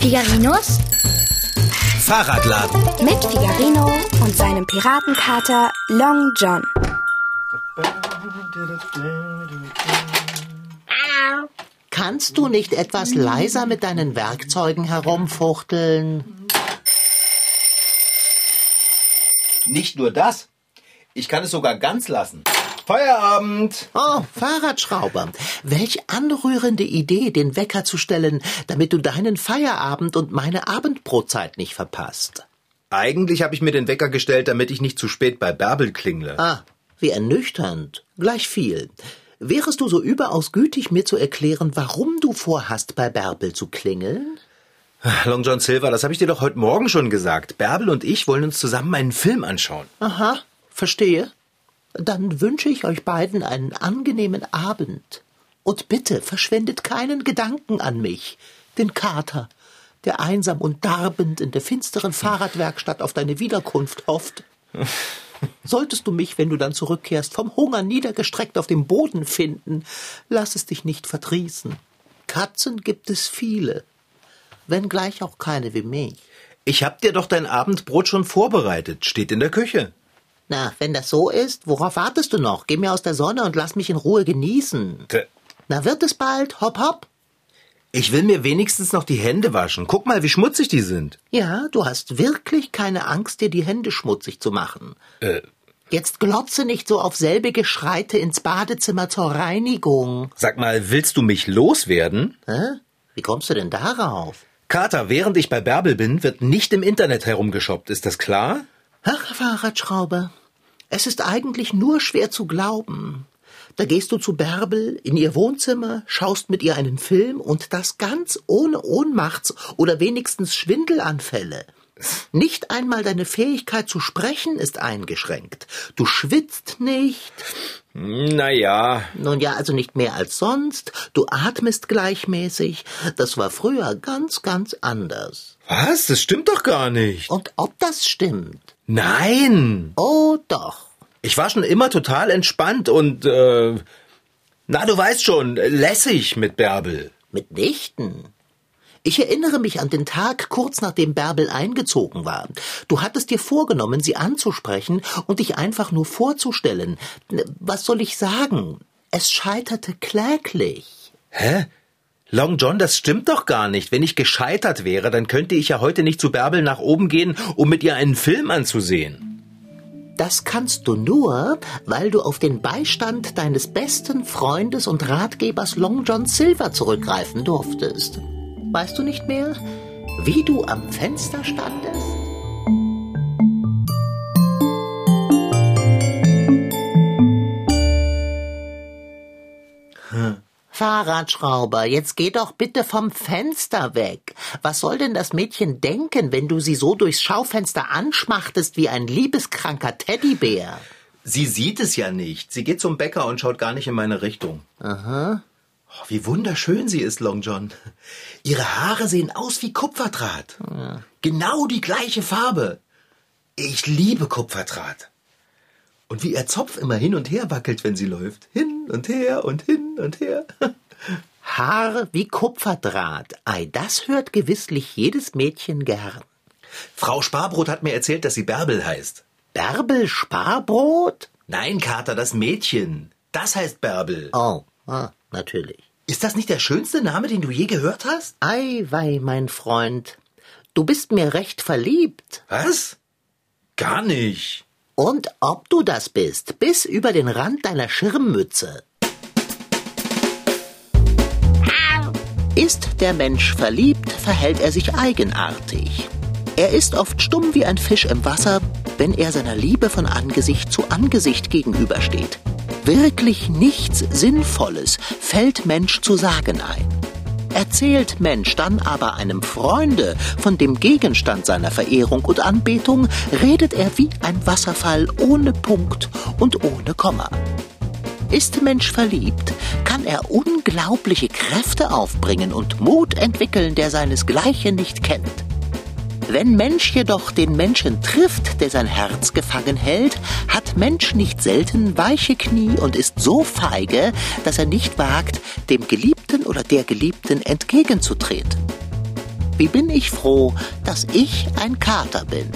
Figarinos Fahrradladen mit Figarino und seinem Piratenkater Long John. Kannst du nicht etwas leiser mit deinen Werkzeugen herumfuchteln? Nicht nur das, ich kann es sogar ganz lassen. Feierabend! Oh, Fahrradschrauber. Welch anrührende Idee, den Wecker zu stellen, damit du deinen Feierabend und meine Abendbrotzeit nicht verpasst. Eigentlich habe ich mir den Wecker gestellt, damit ich nicht zu spät bei Bärbel klingle. Ah, wie ernüchternd. Gleich viel. Wärest du so überaus gütig, mir zu erklären, warum du vorhast, bei Bärbel zu klingeln? Long John Silver, das habe ich dir doch heute Morgen schon gesagt. Bärbel und ich wollen uns zusammen einen Film anschauen. Aha, verstehe. Dann wünsche ich euch beiden einen angenehmen Abend. Und bitte verschwendet keinen Gedanken an mich, den Kater, der einsam und darbend in der finsteren Fahrradwerkstatt auf deine Wiederkunft hofft. Solltest du mich, wenn du dann zurückkehrst, vom Hunger niedergestreckt auf dem Boden finden, lass es dich nicht verdrießen. Katzen gibt es viele, wenngleich auch keine wie mich. Ich hab dir doch dein Abendbrot schon vorbereitet, steht in der Küche. Na, wenn das so ist, worauf wartest du noch? Geh mir aus der Sonne und lass mich in Ruhe genießen. Na, wird es bald? Hopp, hopp. Ich will mir wenigstens noch die Hände waschen. Guck mal, wie schmutzig die sind. Ja, du hast wirklich keine Angst, dir die Hände schmutzig zu machen. Jetzt glotze nicht so auf selbige Schreite ins Badezimmer zur Reinigung. Sag mal, willst du mich loswerden? Hä? Wie kommst du denn darauf? Kater, während ich bei Bärbel bin, wird nicht im Internet herumgeshoppt. Ist das klar? Ach, Fahrradschrauber, es ist eigentlich nur schwer zu glauben. Da gehst du zu Bärbel in ihr Wohnzimmer, schaust mit ihr einen Film und das ganz ohne Ohnmachts- oder wenigstens Schwindelanfälle. Nicht einmal deine Fähigkeit zu sprechen ist eingeschränkt. Du schwitzt nicht. Naja. Nun ja, also nicht mehr als sonst. Du atmest gleichmäßig. Das war früher ganz, ganz anders. Was? Das stimmt doch gar nicht. Und ob das stimmt? Nein. Oh, doch. Ich war schon immer total entspannt und, du weißt schon, lässig mit Bärbel. Mitnichten. Ich erinnere mich an den Tag, kurz nachdem Bärbel eingezogen war. Du hattest dir vorgenommen, sie anzusprechen und dich einfach nur vorzustellen. Was soll ich sagen? Es scheiterte kläglich. Hä? Long John, das stimmt doch gar nicht. Wenn ich gescheitert wäre, dann könnte ich ja heute nicht zu Bärbel nach oben gehen, um mit ihr einen Film anzusehen. Das kannst du nur, weil du auf den Beistand deines besten Freundes und Ratgebers Long John Silver zurückgreifen durftest. Weißt du nicht mehr, wie du am Fenster standest? Fahrradschrauber, jetzt geh doch bitte vom Fenster weg. Was soll denn das Mädchen denken, wenn du sie so durchs Schaufenster anschmachtest wie ein liebeskranker Teddybär? Sie sieht es ja nicht. Sie geht zum Bäcker und schaut gar nicht in meine Richtung. Aha. Oh, wie wunderschön sie ist, Long John. Ihre Haare sehen aus wie Kupferdraht. Ja. Genau die gleiche Farbe. Ich liebe Kupferdraht. Und wie ihr Zopf immer hin und her wackelt, wenn sie läuft. Hin und her und hin und her. Haar wie Kupferdraht. Ei, das hört gewisslich jedes Mädchen gern. Frau Sparbrot hat mir erzählt, dass sie Bärbel heißt. Bärbel Sparbrot? Nein, Kater, das Mädchen. Das heißt Bärbel. Oh, natürlich. Ist das nicht der schönste Name, den du je gehört hast? Eiwei, mein Freund. Du bist mir recht verliebt. Was? Gar nicht. Und ob du das bist, bis über den Rand deiner Schirmmütze. Ist der Mensch verliebt, verhält er sich eigenartig. Er ist oft stumm wie ein Fisch im Wasser, wenn er seiner Liebe von Angesicht zu Angesicht gegenübersteht. Wirklich nichts Sinnvolles fällt Mensch zu sagen ein. Erzählt Mensch dann aber einem Freunde von dem Gegenstand seiner Verehrung und Anbetung, redet er wie ein Wasserfall ohne Punkt und ohne Komma. Ist Mensch verliebt, kann er unglaubliche Kräfte aufbringen und Mut entwickeln, der seinesgleichen nicht kennt. Wenn Mensch jedoch den Menschen trifft, der sein Herz gefangen hält, hat Mensch nicht selten weiche Knie und ist so feige, dass er nicht wagt, dem Geliebten oder der Geliebten entgegenzutreten. Wie bin ich froh, dass ich ein Kater bin.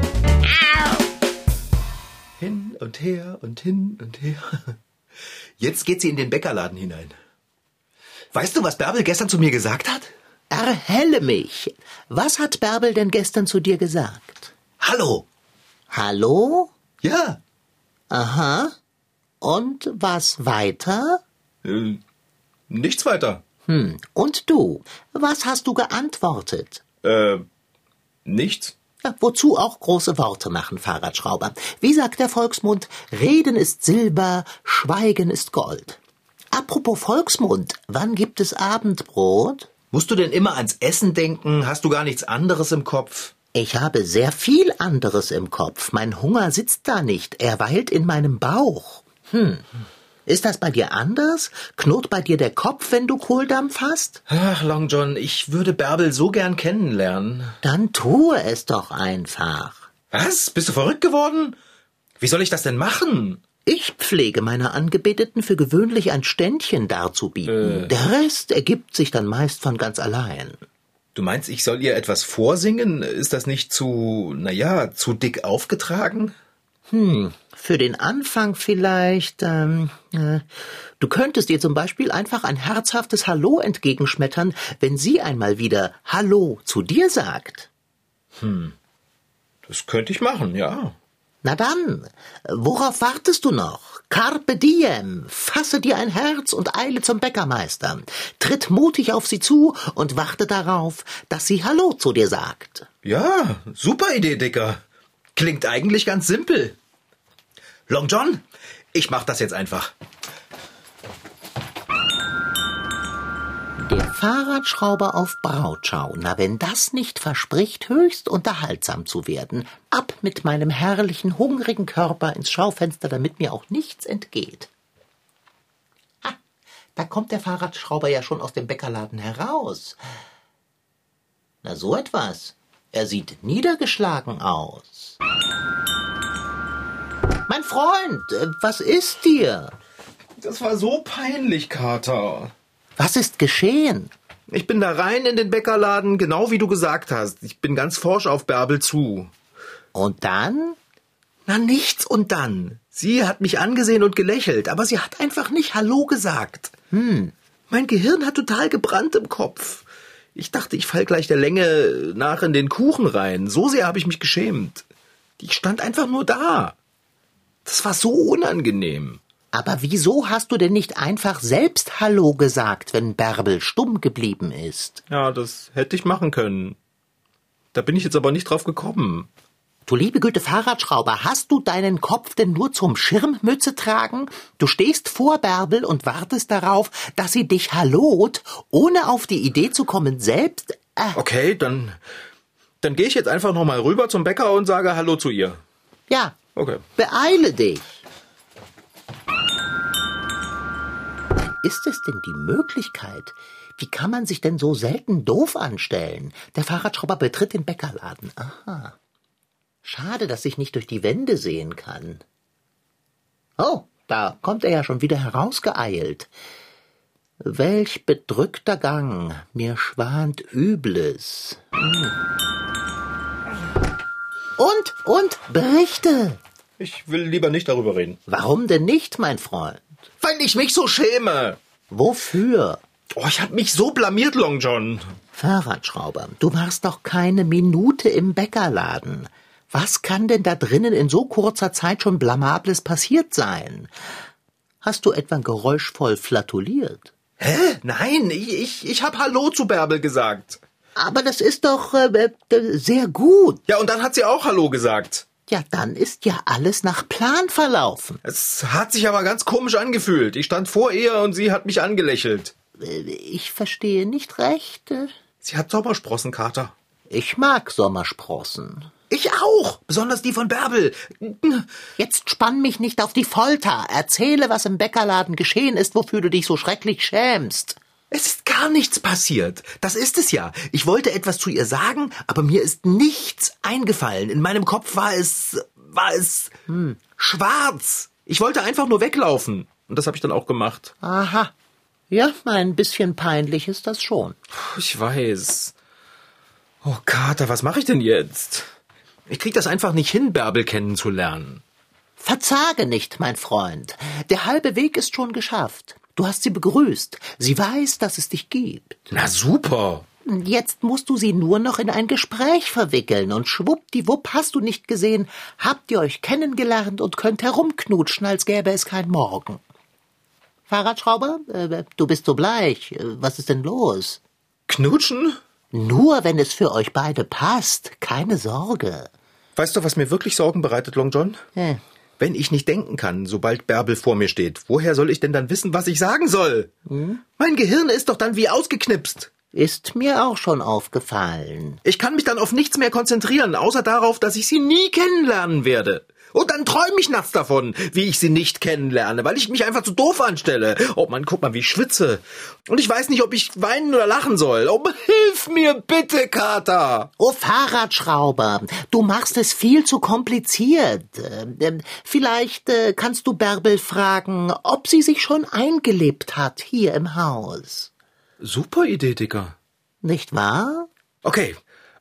Hin und her und hin und her. Jetzt geht sie in den Bäckerladen hinein. Weißt du, was Bärbel gestern zu mir gesagt hat? Erhelle mich. Was hat Bärbel denn gestern zu dir gesagt? Hallo. Hallo? Ja. Aha. Und was weiter? Nichts weiter. Und du? Was hast du geantwortet? Nichts. Ja, wozu auch große Worte machen, Fahrradschrauber? Wie sagt der Volksmund, Reden ist Silber, Schweigen ist Gold. Apropos Volksmund, wann gibt es Abendbrot? Musst du denn immer ans Essen denken? Hast du gar nichts anderes im Kopf? Ich habe sehr viel anderes im Kopf. Mein Hunger sitzt da nicht, er weilt in meinem Bauch. Ist das bei dir anders? Knurrt bei dir der Kopf, wenn du Kohldampf hast? Ach, Long John, ich würde Bärbel so gern kennenlernen. Dann tue es doch einfach. Was? Bist du verrückt geworden? Wie soll ich das denn machen? Ich pflege meiner Angebeteten für gewöhnlich ein Ständchen darzubieten. Der Rest ergibt sich dann meist von ganz allein. Du meinst, ich soll ihr etwas vorsingen? Ist das nicht zu dick aufgetragen? Für den Anfang vielleicht, du könntest ihr zum Beispiel einfach ein herzhaftes Hallo entgegenschmettern, wenn sie einmal wieder Hallo zu dir sagt. Das könnte ich machen, ja. Na dann, worauf wartest du noch? Carpe diem, fasse dir ein Herz und eile zum Bäckermeister. Tritt mutig auf sie zu und warte darauf, dass sie Hallo zu dir sagt. Ja, super Idee, Dicker. Klingt eigentlich ganz simpel. Long John, ich mach das jetzt einfach. Der Fahrradschrauber auf Brautschau, na wenn das nicht verspricht, höchst unterhaltsam zu werden. Ab mit meinem herrlichen, hungrigen Körper ins Schaufenster, damit mir auch nichts entgeht. Da kommt der Fahrradschrauber ja schon aus dem Bäckerladen heraus. Na so etwas. Er sieht niedergeschlagen aus. Mein Freund, was ist dir? Das war so peinlich, Kater. Was ist geschehen? Ich bin da rein in den Bäckerladen, genau wie du gesagt hast. Ich bin ganz forsch auf Bärbel zu. Und dann? Na, nichts und dann. Sie hat mich angesehen und gelächelt, aber sie hat einfach nicht Hallo gesagt. Mein Gehirn hat total gebrannt im Kopf. Ich dachte, ich fall gleich der Länge nach in den Kuchen rein. So sehr habe ich mich geschämt. Ich stand einfach nur da. Das war so unangenehm. Aber wieso hast du denn nicht einfach selbst Hallo gesagt, wenn Bärbel stumm geblieben ist? Ja, das hätte ich machen können. Da bin ich jetzt aber nicht drauf gekommen. Du liebe Güte Fahrradschrauber, hast du deinen Kopf denn nur zum Schirmmütze tragen? Du stehst vor Bärbel und wartest darauf, dass sie dich hallot, ohne auf die Idee zu kommen, selbst... Okay, dann gehe ich jetzt einfach noch mal rüber zum Bäcker und sage Hallo zu ihr. Ja, Okay. beeile dich. Ist es denn die Möglichkeit? Wie kann man sich denn so selten doof anstellen? Der Fahrradschrauber betritt den Bäckerladen. Aha. Schade, dass ich nicht durch die Wände sehen kann. Oh, da kommt er ja schon wieder herausgeeilt. Welch bedrückter Gang, mir schwant Übles. Und, berichte. Ich will lieber nicht darüber reden. Warum denn nicht, mein Freund? Weil ich mich so schäme. Wofür? Oh, ich hab mich so blamiert, Long John. Fahrradschrauber, du warst doch keine Minute im Bäckerladen. Was kann denn da drinnen in so kurzer Zeit schon Blamables passiert sein? Hast du etwa geräuschvoll flatuliert? Hä? Nein, ich hab Hallo zu Bärbel gesagt. Aber das ist doch sehr gut. Ja, und dann hat sie auch Hallo gesagt. Ja, dann ist ja alles nach Plan verlaufen. Es hat sich aber ganz komisch angefühlt. Ich stand vor ihr und sie hat mich angelächelt. Ich verstehe nicht recht. Sie hat Sommersprossen, Kater. Ich mag Sommersprossen. Ich auch, besonders die von Bärbel. Jetzt spann mich nicht auf die Folter. Erzähle, was im Bäckerladen geschehen ist, wofür du dich so schrecklich schämst. Es ist gar nichts passiert. Das ist es ja. Ich wollte etwas zu ihr sagen, aber mir ist nichts eingefallen. In meinem Kopf war es schwarz. Ich wollte einfach nur weglaufen. Und das habe ich dann auch gemacht. Aha. Ja, ein bisschen peinlich ist das schon. Ich weiß. Oh, Kater, was mache ich denn jetzt? Ich krieg das einfach nicht hin, Bärbel kennenzulernen. Verzage nicht, mein Freund. Der halbe Weg ist schon geschafft. Du hast sie begrüßt. Sie weiß, dass es dich gibt. Na super. Jetzt musst du sie nur noch in ein Gespräch verwickeln und schwuppdiwupp hast du nicht gesehen, habt ihr euch kennengelernt und könnt herumknutschen, als gäbe es kein Morgen. Fahrradschrauber, du bist so bleich. Was ist denn los? Knutschen? Nur wenn es für euch beide passt, keine Sorge. Weißt du, was mir wirklich Sorgen bereitet, Long John? Wenn ich nicht denken kann, sobald Bärbel vor mir steht, woher soll ich denn dann wissen, was ich sagen soll? Mein Gehirn ist doch dann wie ausgeknipst. Ist mir auch schon aufgefallen. Ich kann mich dann auf nichts mehr konzentrieren, außer darauf, dass ich sie nie kennenlernen werde. Und dann träume ich nachts davon, wie ich sie nicht kennenlerne, weil ich mich einfach zu doof anstelle. Oh Mann, guck mal, wie ich schwitze. Und ich weiß nicht, ob ich weinen oder lachen soll. Oh, hilf mir bitte, Kater. Oh, Fahrradschrauber, du machst es viel zu kompliziert. Vielleicht kannst du Bärbel fragen, ob sie sich schon eingelebt hat hier im Haus. Super Idee, Dicker. Nicht wahr? Okay,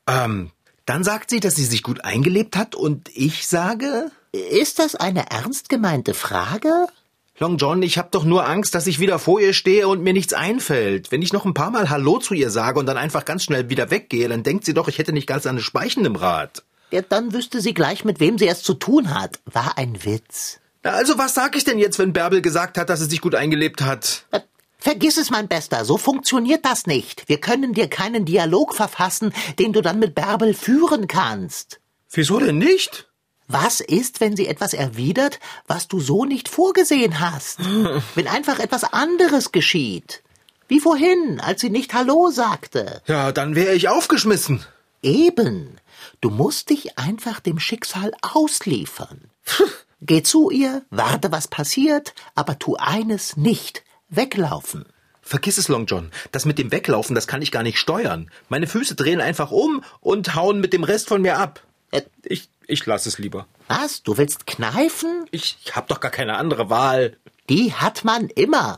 dann sagt sie, dass sie sich gut eingelebt hat und ich sage... Ist das eine ernst gemeinte Frage? Long John, ich hab doch nur Angst, dass ich wieder vor ihr stehe und mir nichts einfällt. Wenn ich noch ein paar Mal Hallo zu ihr sage und dann einfach ganz schnell wieder weggehe, dann denkt sie doch, ich hätte nicht ganz eine Speichen im Rad. Ja, dann wüsste sie gleich, mit wem sie es zu tun hat. War ein Witz. Na, also was sag ich denn jetzt, wenn Bärbel gesagt hat, dass sie sich gut eingelebt hat? Vergiss es, mein Bester, so funktioniert das nicht. Wir können dir keinen Dialog verfassen, den du dann mit Bärbel führen kannst. Wieso denn nicht? Was ist, wenn sie etwas erwidert, was du so nicht vorgesehen hast? Wenn einfach etwas anderes geschieht? Wie vorhin, als sie nicht Hallo sagte. Ja, dann wäre ich aufgeschmissen. Eben. Du musst dich einfach dem Schicksal ausliefern. Geh zu ihr, warte, was passiert, aber tu eines nicht. Weglaufen. Vergiss es, Long John. Das mit dem Weglaufen, das kann ich gar nicht steuern. Meine Füße drehen einfach um und hauen mit dem Rest von mir ab. Ich lasse es lieber. Was? Du willst kneifen? Ich hab doch gar keine andere Wahl. Die hat man immer.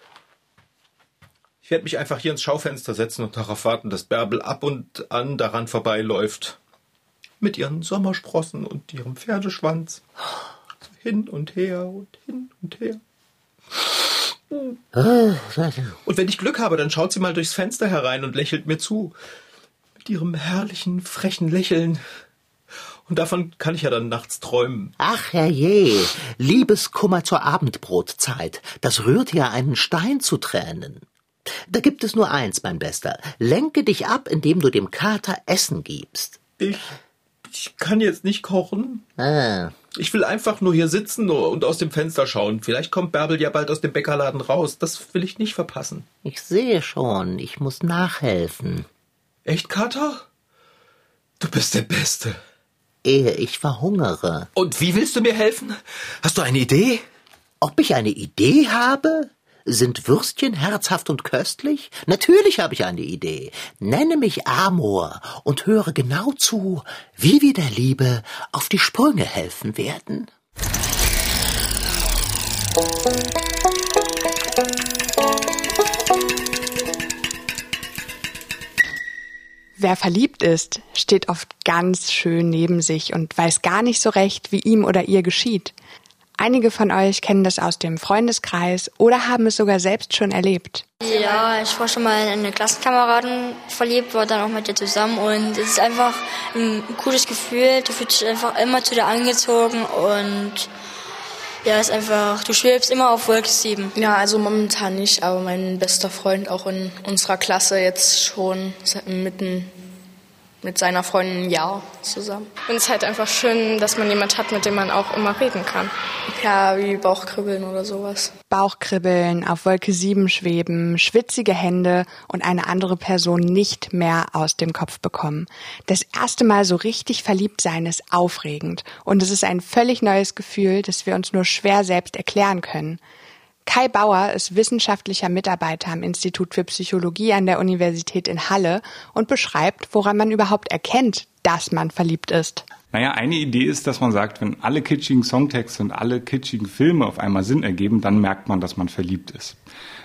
Ich werde mich einfach hier ins Schaufenster setzen und darauf warten, dass Bärbel ab und an daran vorbeiläuft. Mit ihren Sommersprossen und ihrem Pferdeschwanz. So hin und her und hin und her. Und wenn ich Glück habe, dann schaut sie mal durchs Fenster herein und lächelt mir zu. Mit ihrem herrlichen, frechen Lächeln. Und davon kann ich ja dann nachts träumen. Ach herrje, Liebeskummer zur Abendbrotzeit. Das rührt ja einen Stein zu Tränen. Da gibt es nur eins, mein Bester. Lenke dich ab, indem du dem Kater Essen gibst. Ich kann jetzt nicht kochen. Ich will einfach nur hier sitzen und aus dem Fenster schauen. Vielleicht kommt Bärbel ja bald aus dem Bäckerladen raus. Das will ich nicht verpassen. Ich sehe schon, ich muss nachhelfen. Echt, Kater? Du bist der Beste. Ehe ich verhungere. Und wie willst du mir helfen? Hast du eine Idee? Ob ich eine Idee habe? Sind Würstchen herzhaft und köstlich? Natürlich habe ich eine Idee. Nenne mich Amor und höre genau zu, wie wir der Liebe auf die Sprünge helfen werden. Wer verliebt ist, steht oft ganz schön neben sich und weiß gar nicht so recht, wie ihm oder ihr geschieht. Einige von euch kennen das aus dem Freundeskreis oder haben es sogar selbst schon erlebt. Ja, ich war schon mal in eine Klassenkameraden verliebt, war dann auch mit ihr zusammen und es ist einfach ein cooles Gefühl. Du fühlst dich einfach immer zu dir angezogen und ja, es ist einfach, du schwebst immer auf Wolke 7. Ja, also momentan nicht, aber mein bester Freund auch in unserer Klasse jetzt schon mit seiner Freundin ein Jahr zusammen. Und es ist halt einfach schön, dass man jemand hat, mit dem man auch immer reden kann. Ja, wie Bauchkribbeln oder sowas. Bauchkribbeln, auf Wolke 7 schweben, schwitzige Hände und eine andere Person nicht mehr aus dem Kopf bekommen. Das erste Mal so richtig verliebt sein ist aufregend und es ist ein völlig neues Gefühl, das wir uns nur schwer selbst erklären können. Kai Bauer ist wissenschaftlicher Mitarbeiter am Institut für Psychologie an der Universität in Halle und beschreibt, woran man überhaupt erkennt, dass man verliebt ist. Naja, eine Idee ist, dass man sagt, wenn alle kitschigen Songtexte und alle kitschigen Filme auf einmal Sinn ergeben, dann merkt man, dass man verliebt ist.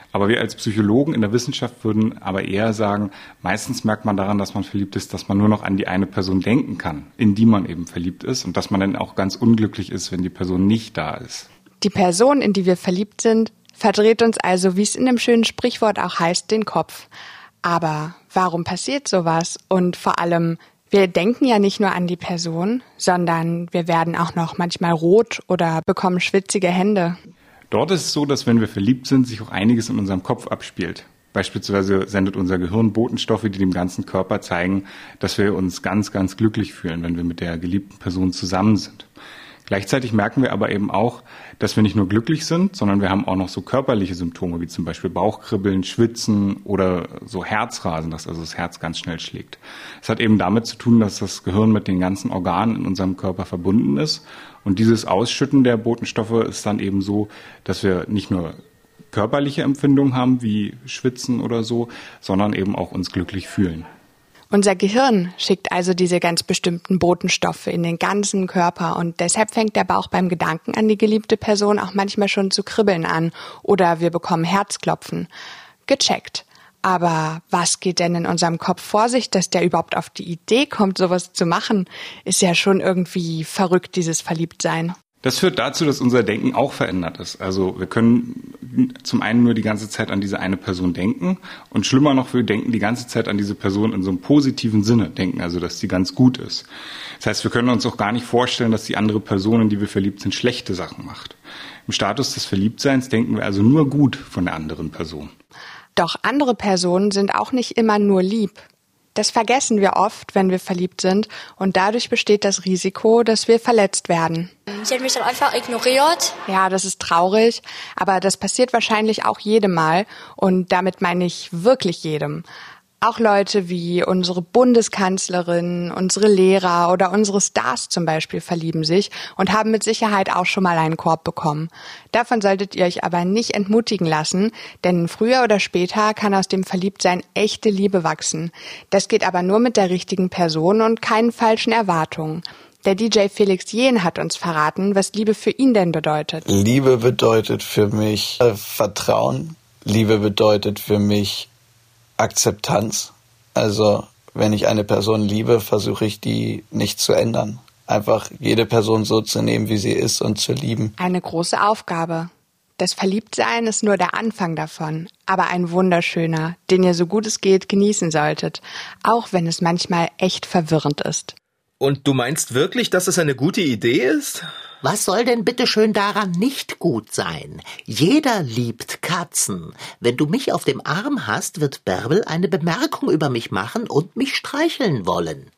Aber wir als Psychologen in der Wissenschaft würden aber eher sagen, meistens merkt man daran, dass man verliebt ist, dass man nur noch an die eine Person denken kann, in die man eben verliebt ist und dass man dann auch ganz unglücklich ist, wenn die Person nicht da ist. Die Person, in die wir verliebt sind, verdreht uns also, wie es in dem schönen Sprichwort auch heißt, den Kopf. Aber warum passiert sowas? Und vor allem, wir denken ja nicht nur an die Person, sondern wir werden auch noch manchmal rot oder bekommen schwitzige Hände. Dort ist es so, dass wenn wir verliebt sind, sich auch einiges in unserem Kopf abspielt. Beispielsweise sendet unser Gehirn Botenstoffe, die dem ganzen Körper zeigen, dass wir uns ganz, ganz glücklich fühlen, wenn wir mit der geliebten Person zusammen sind. Gleichzeitig merken wir aber eben auch, dass wir nicht nur glücklich sind, sondern wir haben auch noch so körperliche Symptome, wie zum Beispiel Bauchkribbeln, Schwitzen oder so Herzrasen, dass also das Herz ganz schnell schlägt. Es hat eben damit zu tun, dass das Gehirn mit den ganzen Organen in unserem Körper verbunden ist. Und dieses Ausschütten der Botenstoffe ist dann eben so, dass wir nicht nur körperliche Empfindungen haben, wie Schwitzen oder so, sondern eben auch uns glücklich fühlen. Unser Gehirn schickt also diese ganz bestimmten Botenstoffe in den ganzen Körper und deshalb fängt der Bauch beim Gedanken an die geliebte Person auch manchmal schon zu kribbeln an oder wir bekommen Herzklopfen. Gecheckt. Aber was geht denn in unserem Kopf vor sich, dass der überhaupt auf die Idee kommt, sowas zu machen? Ist ja schon irgendwie verrückt, dieses Verliebtsein. Das führt dazu, dass unser Denken auch verändert ist. Also wir können zum einen nur die ganze Zeit an diese eine Person denken und schlimmer noch, wir denken die ganze Zeit an diese Person in so einem positiven Sinne, denken also, dass die ganz gut ist. Das heißt, wir können uns auch gar nicht vorstellen, dass die andere Person, in die wir verliebt sind, schlechte Sachen macht. Im Status des Verliebtseins denken wir also nur gut von der anderen Person. Doch andere Personen sind auch nicht immer nur lieb. Das vergessen wir oft, wenn wir verliebt sind und dadurch besteht das Risiko, dass wir verletzt werden. Sie hat mich dann einfach ignoriert. Ja, das ist traurig, aber das passiert wahrscheinlich auch jedem Mal und damit meine ich wirklich jedem. Auch Leute wie unsere Bundeskanzlerin, unsere Lehrer oder unsere Stars zum Beispiel verlieben sich und haben mit Sicherheit auch schon mal einen Korb bekommen. Davon solltet ihr euch aber nicht entmutigen lassen, denn früher oder später kann aus dem Verliebtsein echte Liebe wachsen. Das geht aber nur mit der richtigen Person und keinen falschen Erwartungen. Der DJ Felix Jähn hat uns verraten, was Liebe für ihn denn bedeutet. Liebe bedeutet für mich Vertrauen. Liebe bedeutet für mich Akzeptanz. Also wenn ich eine Person liebe, versuche ich die nicht zu ändern. Einfach jede Person so zu nehmen, wie sie ist und zu lieben. Eine große Aufgabe. Das Verliebtsein ist nur der Anfang davon, aber ein wunderschöner, den ihr so gut es geht genießen solltet, auch wenn es manchmal echt verwirrend ist. Und du meinst wirklich, dass es eine gute Idee ist? Was soll denn bitteschön daran nicht gut sein? Jeder liebt Katzen. Wenn du mich auf dem Arm hast, wird Bärbel eine Bemerkung über mich machen und mich streicheln wollen.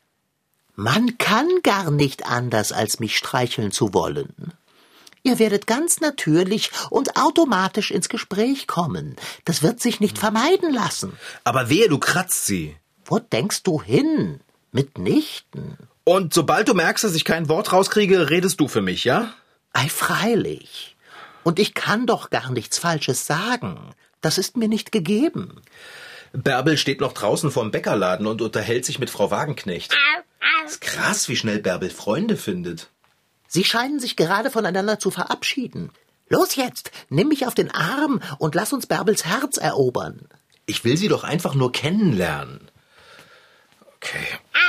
Man kann gar nicht anders, als mich streicheln zu wollen. Ihr werdet ganz natürlich und automatisch ins Gespräch kommen. Das wird sich nicht vermeiden lassen. Aber wehe, du kratzt sie. Wo denkst du hin? Mitnichten. Und sobald du merkst, dass ich kein Wort rauskriege, redest du für mich, ja? Ei, freilich. Und ich kann doch gar nichts Falsches sagen. Das ist mir nicht gegeben. Bärbel steht noch draußen vorm Bäckerladen und unterhält sich mit Frau Wagenknecht. Ist krass, wie schnell Bärbel Freunde findet. Sie scheinen sich gerade voneinander zu verabschieden. Los jetzt, nimm mich auf den Arm und lass uns Bärbels Herz erobern. Ich will sie doch einfach nur kennenlernen. Okay.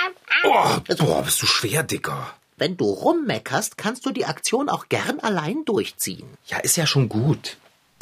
Oh, bist du schwer, Dicker. Wenn du rummeckerst, kannst du die Aktion auch gern allein durchziehen. Ja, ist ja schon gut.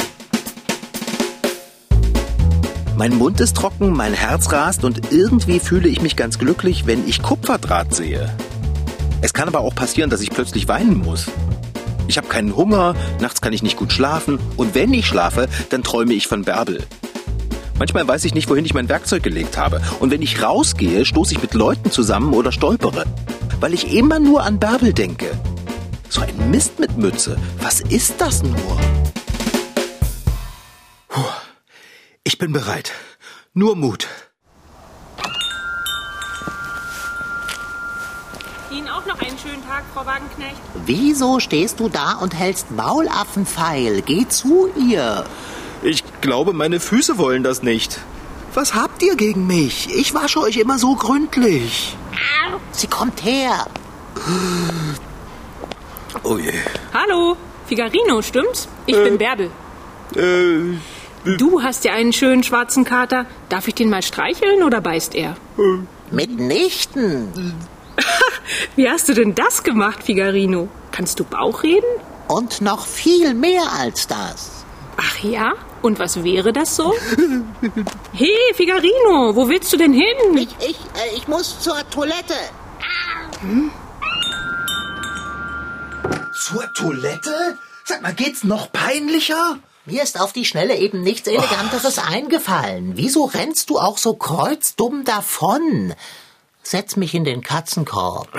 Mein Mund ist trocken, mein Herz rast und irgendwie fühle ich mich ganz glücklich, wenn ich Kupferdraht sehe. Es kann aber auch passieren, dass ich plötzlich weinen muss. Ich habe keinen Hunger, nachts kann ich nicht gut schlafen und wenn ich schlafe, dann träume ich von Bärbel. Manchmal weiß ich nicht, wohin ich mein Werkzeug gelegt habe. Und wenn ich rausgehe, stoße ich mit Leuten zusammen oder stolpere. Weil ich immer nur an Bärbel denke. So ein Mist mit Mütze. Was ist das nur? Ich bin bereit. Nur Mut. Ihnen auch noch einen schönen Tag, Frau Wagenknecht. Wieso stehst du da und hältst Maulaffenpfeil? Geh zu ihr. Ich glaube, meine Füße wollen das nicht. Was habt ihr gegen mich? Ich wasche euch immer so gründlich. Sie kommt her. Oh je. Hallo, Figarino, stimmt's? Ich bin Bärbel. Du hast ja einen schönen schwarzen Kater. Darf ich den mal streicheln oder beißt er? Mitnichten. Wie hast du denn das gemacht, Figarino? Kannst du Bauch reden? Und noch viel mehr als das. Ach ja? Und was wäre das so? Hey, Figarino, wo willst du denn hin? Ich muss zur Toilette. Zur Toilette? Sag mal, geht's noch peinlicher? Mir ist auf die Schnelle eben nichts Eleganteres eingefallen. Wieso rennst du auch so kreuzdumm davon? Setz mich in den Katzenkorb.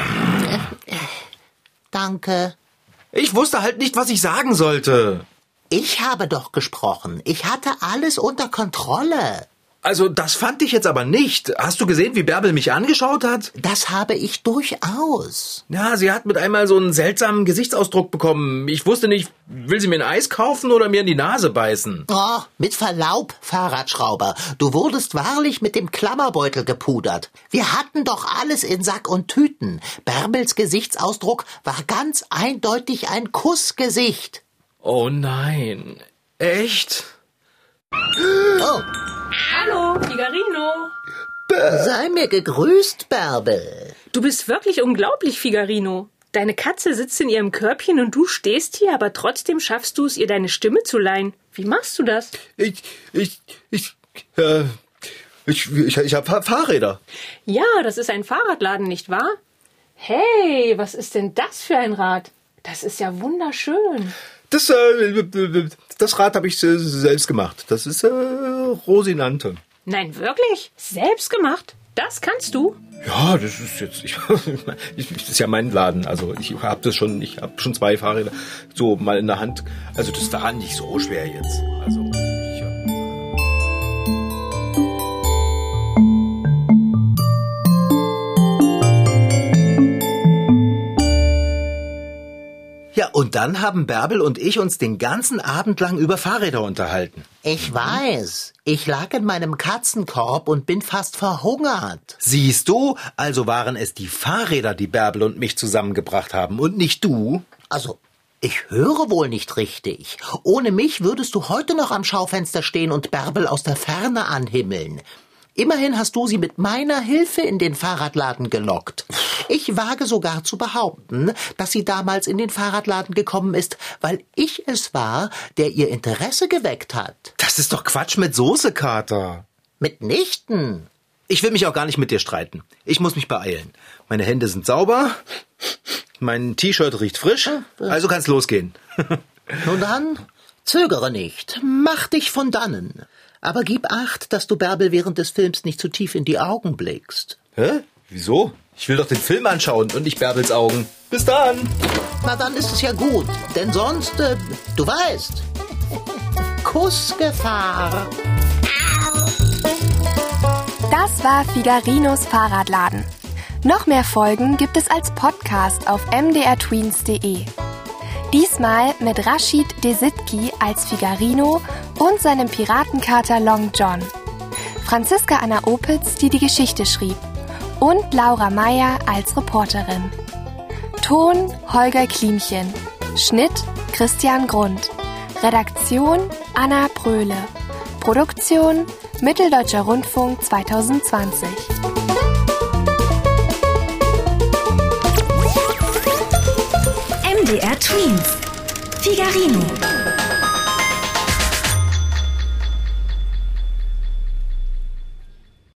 Danke. Ich wusste halt nicht, was ich sagen sollte. Ich habe doch gesprochen. Ich hatte alles unter Kontrolle. Also, das fand ich jetzt aber nicht. Hast du gesehen, wie Bärbel mich angeschaut hat? Das habe ich durchaus. Ja, sie hat mit einmal so einen seltsamen Gesichtsausdruck bekommen. Ich wusste nicht, will sie mir ein Eis kaufen oder mir in die Nase beißen? Oh, mit Verlaub, Fahrradschrauber. Du wurdest wahrlich mit dem Klammerbeutel gepudert. Wir hatten doch alles in Sack und Tüten. Bärbels Gesichtsausdruck war ganz eindeutig ein Kussgesicht. Oh nein. Echt? Oh. Hallo, Figarino. Sei mir gegrüßt, Bärbel. Du bist wirklich unglaublich, Figarino. Deine Katze sitzt in ihrem Körbchen und du stehst hier, aber trotzdem schaffst du es, ihr deine Stimme zu leihen. Wie machst du das? Ich habe Fahrräder. Ja, das ist ein Fahrradladen, nicht wahr? Hey, was ist denn das für ein Rad? Das ist ja wunderschön. Das Rad habe ich selbst gemacht. Das ist Rosinante. Nein, wirklich? Selbst gemacht? Das kannst du? Ja, das ist jetzt... das ist ja mein Laden. Also ich habe schon 2 Fahrräder so mal in der Hand. Also das war nicht so schwer jetzt. Also Ja, und dann haben Bärbel und ich uns den ganzen Abend lang über Fahrräder unterhalten. Ich weiß. Ich lag in meinem Katzenkorb und bin fast verhungert. Siehst du, also waren es die Fahrräder, die Bärbel und mich zusammengebracht haben und nicht du? Also, ich höre wohl nicht richtig. Ohne mich würdest du heute noch am Schaufenster stehen und Bärbel aus der Ferne anhimmeln. Immerhin hast du sie mit meiner Hilfe in den Fahrradladen gelockt. Ich wage sogar zu behaupten, dass sie damals in den Fahrradladen gekommen ist, weil ich es war, der ihr Interesse geweckt hat. Das ist doch Quatsch mit Soße, Kater. Mitnichten. Ich will mich auch gar nicht mit dir streiten. Ich muss mich beeilen. Meine Hände sind sauber, mein T-Shirt riecht frisch, also kann's losgehen. Nun dann, zögere nicht, mach dich von dannen. Aber gib Acht, dass du Bärbel während des Films nicht zu tief in die Augen blickst. Hä? Wieso? Ich will doch den Film anschauen und nicht Bärbels Augen. Bis dann! Na, dann ist es ja gut, denn sonst, du weißt, Kussgefahr. Das war Figarinos Fahrradladen. Noch mehr Folgen gibt es als Podcast auf mdrtweens.de. Diesmal mit Rashid Desitki als Figarino und seinem Piratenkater Long John. Franziska Anna Opitz, die Geschichte schrieb. Und Laura Meyer als Reporterin. Ton Holger Klimchen. Schnitt Christian Grund. Redaktion Anna Bröhle. Produktion Mitteldeutscher Rundfunk 2020. MDR Tweens. Figarino.